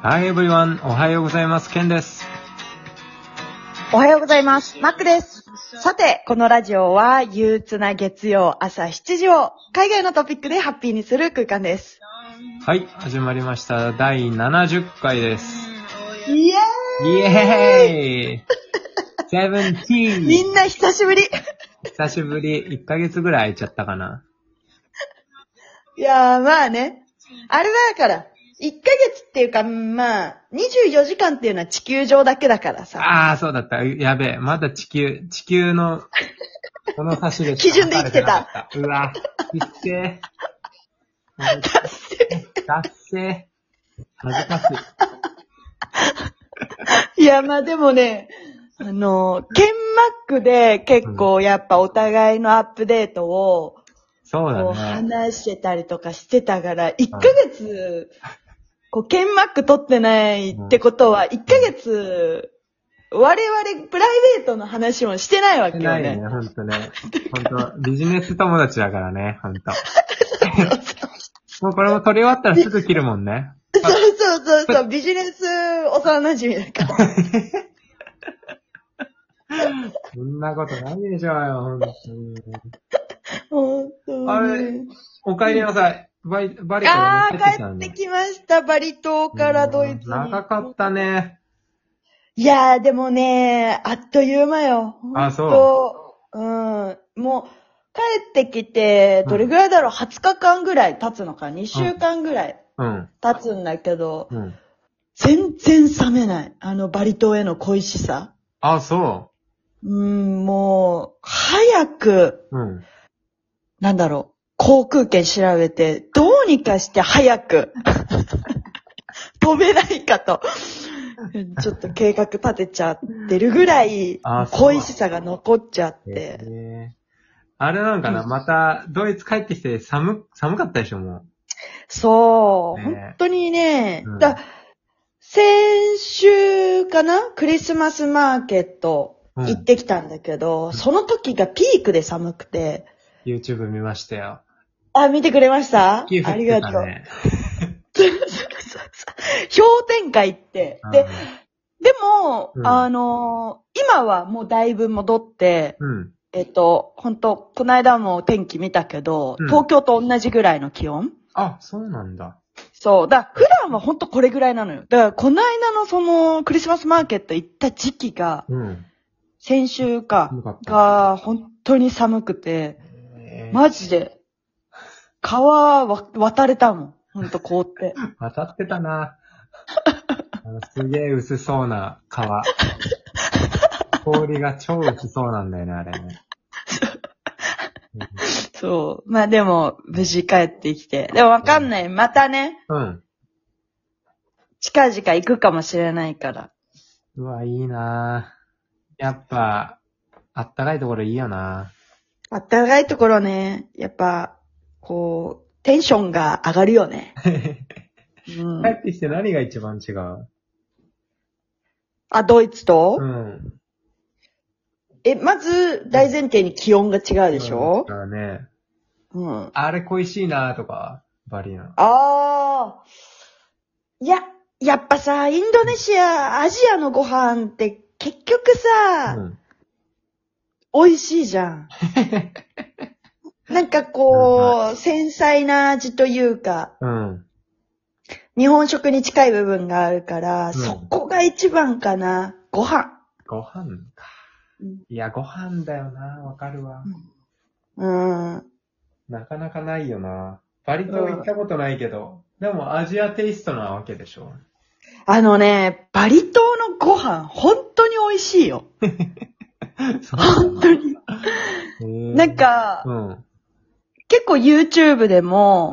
Hi everyone! おはようございます。ケンです。 おはようございます。マックです。さて、このラジオは憂鬱な月曜朝7時を海外のトピックでハッピーにする空間です。 はい、始まりました。第70回です。 イエーイイエーイ !17! みんな久しぶり久しぶり。1ヶ月ぐらい空いちゃったかな。 いやー、まあね。あれだから、1ヶ月っていうか、まあ、24時間っていうのは地球上だけだからさ。 ああ、そうだった。やべえ。まだ地球の、この差しで基準で生きてた。 うわ、達成。達成。恥ずかしい。 いや、まあでもね、ケンマックで結構やっぱお互いのアップデートを、 そうだね。 話してたりとかしてたから、1ヶ月、ケンマック取ってないってことは、1ヶ月、我々プライベートの話もしてないわけよね。 してないね、ほんとね。ほんと、ビジネス友達だからね、ほんと。もうこれも取り終わったらすぐ切るもんね。 そう、ビジネス幼馴染だから。 そんなことないでしょうよ、ほんとに。 本当に。 あれ、お帰りなさい。バリから帰ってきたんだ。 帰ってきました、バリ島からドイツに。 長かったね。 いやー、でもね、あっという間よ。 あ、そう。 もう、帰ってきて、どれぐらいだろう、20日間ぐらい経つのか、2週間ぐらい経つんだけど、全然冷めない。バリ島への恋しさ。 あ、そう。 もう、早く、なんだろう、航空券調べて、どうにかして早く、飛べないかと。ちょっと計画立てちゃってるぐらい、恋しさが残っちゃって。 あれなんかな、また、ドイツ帰ってきて寒かったでしょ、もう。 そう、本当にね、先週かなクリスマスマーケット行ってきたんだけど、その時がピークで寒くて。 YouTube 見ましたよ。 あ、見てくれました？ ありがとう。 氷点下行って。でも、今はもうだいぶ戻って、本当この間も天気見たけど、東京と同じぐらいの気温？ あ、そうなんだ。 そう。普段は本当これぐらいなのよ。だから、この間のその、クリスマスマーケット行った時期が、先週が本当に寒くて、マジで、川渡れたもん。ほんと凍って。 渡ってたな。すげえ薄そうな川。氷が超薄そうなんだよね、あれね。 そう。まあでも、無事帰ってきて。でもわかんない。またね。近々行くかもしれないから。 うわ、いいなぁ。やっぱ、あったかいところいいよな。 あったかいところね。やっぱ、テンションが上がるよね。 帰ってきて何が一番違う？ あ、ドイツと？まず、大前提に気温が違うでしょ？ だね。あれ恋しいなとか、バリの。 やっぱさ、インドネシア、アジアのご飯って結局さ、美味しいじゃん。なんか繊細な味というか、日本食に近い部分があるから、そこが一番かな。ご飯。 ご飯か。いや、ご飯だよな。わかるわ。なかなかないよな。バリ島行ったことないけど、でもアジアテイストなわけでしょ。 バリ島のご飯、本当に美味しいよ。本当に。なんか、結構 YouTube でも、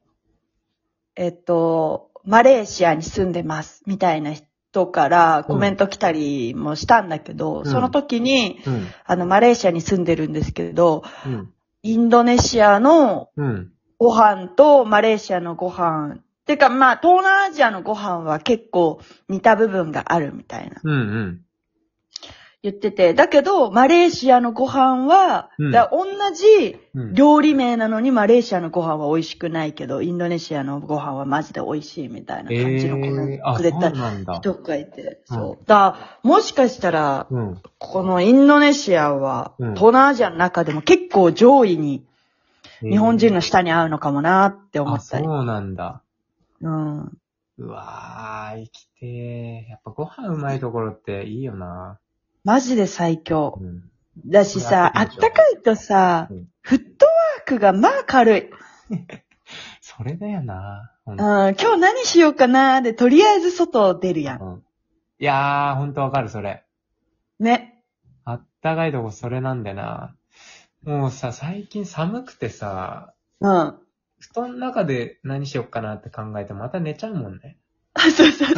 マレーシアに住んでます、みたいな人からコメント来たりもしたんだけど、その時に、マレーシアに住んでるんですけど、インドネシアのご飯とマレーシアのご飯、てかまあ、東南アジアのご飯は結構似た部分があるみたいな。 言ってて、だけど、マレーシアのご飯は、 うん同じうん。 料理名なのにマレーシアのご飯は美味しくないけど、インドネシアのご飯はマジで美味しいみたいな感じのコメントあ、そうくれたなんだ。 人がいて、 うんそう。もしかしたら、 うん。 このインドネシアは、 うん東南アジアの中でも結構上位に日本人の舌に合うのかもなって思あ、 ったり。 そうなんだ。 うん。 うわー、生きてー。やっぱご飯うまいところっていいよな。 マジで最強う。ん。 だしさ、あっやってみましょうたかいとさ、 うんフットワークがまあ軽い。 それだよな。ほんうん、今日何しようかなーで、とりあえず外出るやん。 うん。いやー、ほんとわかる、それ。 ね。 あったかいとこそれなんだよな。もうさ、最近寒くてさ、 うん。 布団の中で何しよっかなって考えてまた寝ちゃうもんね。 そうそうそう。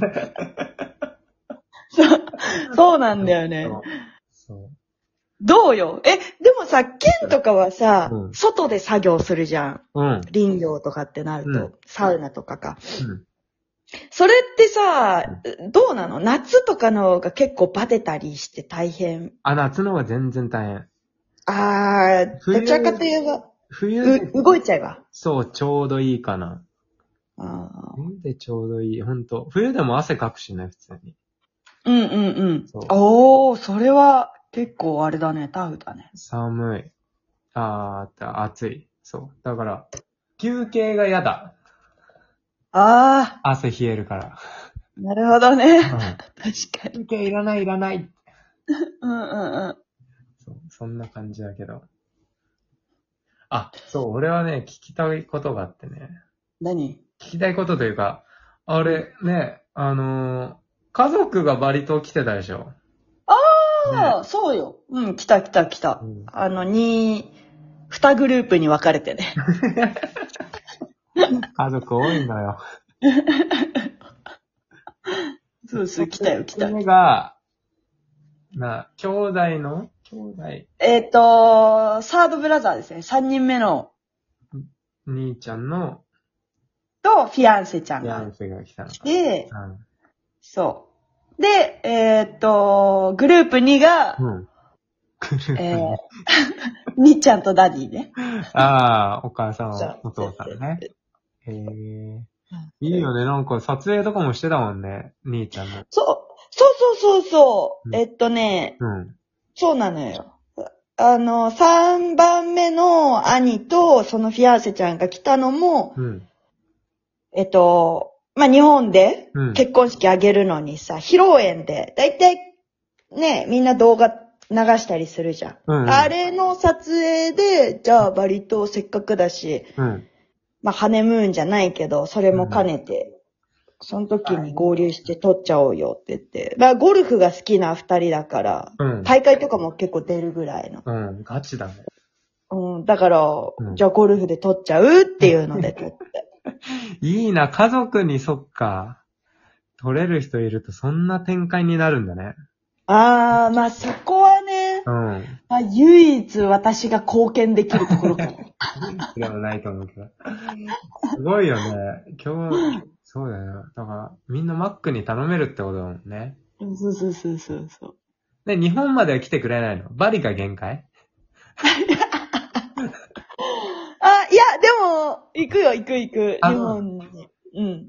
そう、そうなんだよね。 そう。 どうよでもさ、ケンとかはさ、 うん外で作業するじゃん。 うん。 林業とかってなると、 うんサウナとかか。 うん。 それってさ、どうなの？夏とかの方が結構バテたりして大変。 あ、夏の方が全然大変。 どちらかといえば、 冬で、 動いちゃえば。 そう、ちょうどいいかな。 あー冬でちょうどいい。ほんと。冬でも汗かくしね、普通に。 うんうんうんそう。 おー、それは結構あれだね、タフだね。 寒い。暑い。そう。だから、休憩が嫌だ。 あ汗冷えるから。 ー、なるほどね。 うん確かに。 休憩いらないいらない。 うんうんうん。 そう、そんな感じだけど。あ、そう、俺はね、聞きたいことがあってね。 何？ 聞きたいことというか、あれ、ね、家族がバリ島来てたでしょ。 ああ、そうよ。うん、来た来た来た。 うん二グループに分かれてね。 家族多いのよ。 そうそう、来たよ来た。 娘が、兄弟サードブラザーですね。三人目の、 兄ちゃんのと、フィアンセちゃんがフィアンセが来たのか。 で、そう。で、グループ2が、 うん。うん。グループににっちゃんとダディね。 ああ、お母さんそう、 お父さんね。へえ。いいよね、なんか撮影とかもしてたもんね、兄ちゃんの。 そう。 うんうん。 そうなのよ。3番目の兄と、そのフィアンセちゃんが来たのも、 うん。 日本でうん結婚式あげるのにさ、披露宴で、だいたいね、みんな動画流したりするじゃん。 うんうんあれの撮影で、じゃあバリ島せっかくだし、 うん。 ハネムーンじゃないけど、それも兼ねて、その時に合流して撮っちゃおうよって言って。ゴルフが好きな二人だから、 うん。 大会とかも結構出るぐらいの。 うん、ガチだね。 だから、 うんじゃあゴルフで撮っちゃうっていうので撮って。 いいな、家族にそっか。撮れる人いるとそんな展開になるんだね。 そこはね、 うん。 唯一私が貢献できるところかな。 でもないと思うけど。すごいよね。そうだよ。だから、みんなマックに頼めるってことだもんね。 そう。 で、日本までは来てくれないの？バリが限界？ いや、でも、行くよ、行く。日本に。うん。 うん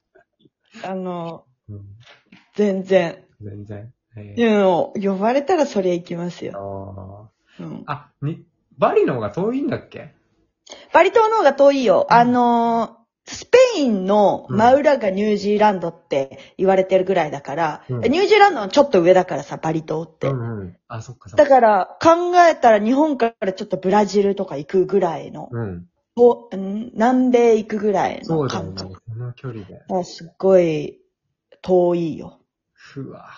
全然。 全然。 でも、呼ばれたらそれ行きますよ。 バリの方が遠いんだっけ？ バリ島の方が遠いよ。スペインの真裏がニュージーランドって言われてるぐらいだから、 うんニュージーランドのちょっと上だからさ、バリ島って。 そっか。 だから、考えたら日本からちょっとブラジルとか行くぐらいの、南米行くぐらいの感覚。 そうだよね、その距離で。 すっごい遠いよ。 ふわ。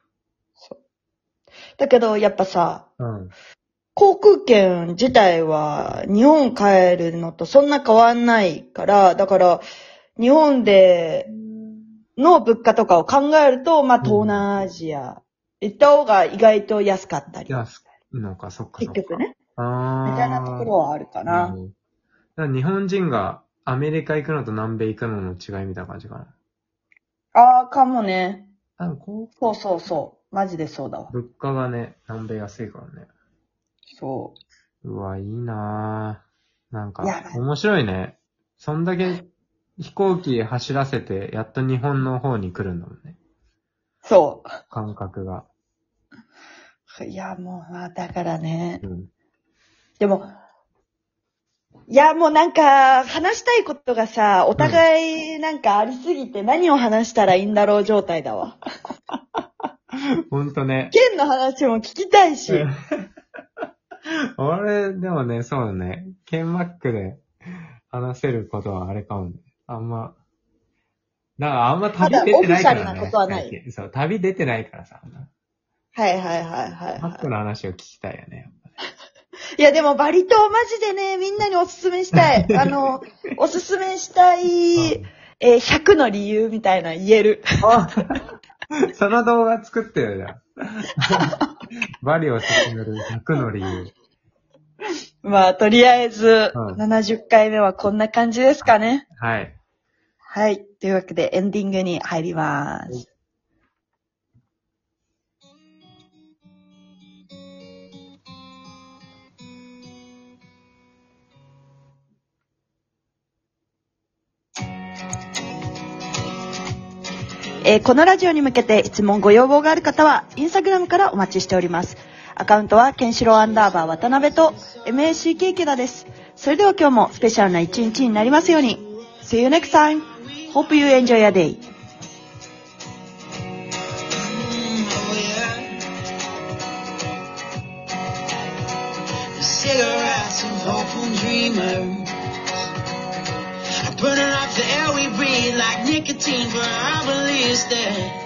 だけど、やっぱさ、 うん。 航空券自体は日本帰るのとそんな変わんないから、だから日本での物価とかを考えると、東南アジア行った方が意外と安かったり。 安いのか、そっか。 結局ね。みみたいなところはあるかな。 だから日本人がアメリカ行くのと南米行くのの違いみたいな感じかな。 かもね。 こそう。 マジでそうだわ。 物価がね、南米安いからね。 そう。 うわ、いいなぁ。なんかいや、 面白いね。そんだけ飛行機走らせて、やっと日本の方に来るんだもんね。 そ感覚が。 う。いや、もう、まあ、だからね。 うん。 でも、いや、もうなんか、話したいことがさ、お互いなんかありすぎて何を話したらいいんだろう状態だわ。 ほんとね。 剣の話も聞きたいし。 俺、でもね、そうだね。ケンマックで話せることはあれかもね。あんま、だからあんま旅出てないからね。 まだオフィシャルなことはない。 最近そう、旅出てないからさ。 はいはいはいはい、 マックの話を聞きたいよね。 いやでもバリ島マジでね、みんなにおすすめしたい。おすすめしたい、100の理由みたいな言える。 あその動画作ってよ、じゃあ。バリを進める100の理由。 まあ、とりあえず、70回目はこんな感じですかね。 はい。 はい。というわけでエンディングに入ります。このラジオに向けて質問ご要望がある方は、インスタグラムからお待ちしております。アカウントは、ケンシロウ_渡辺と、MACK 池田です。それでは今日もスペシャルな一日になりますように。See you next time. Hope you enjoy your day. Cigarettes and hopeful dreamers burning up the air we breathe like nicotine for our beliefs that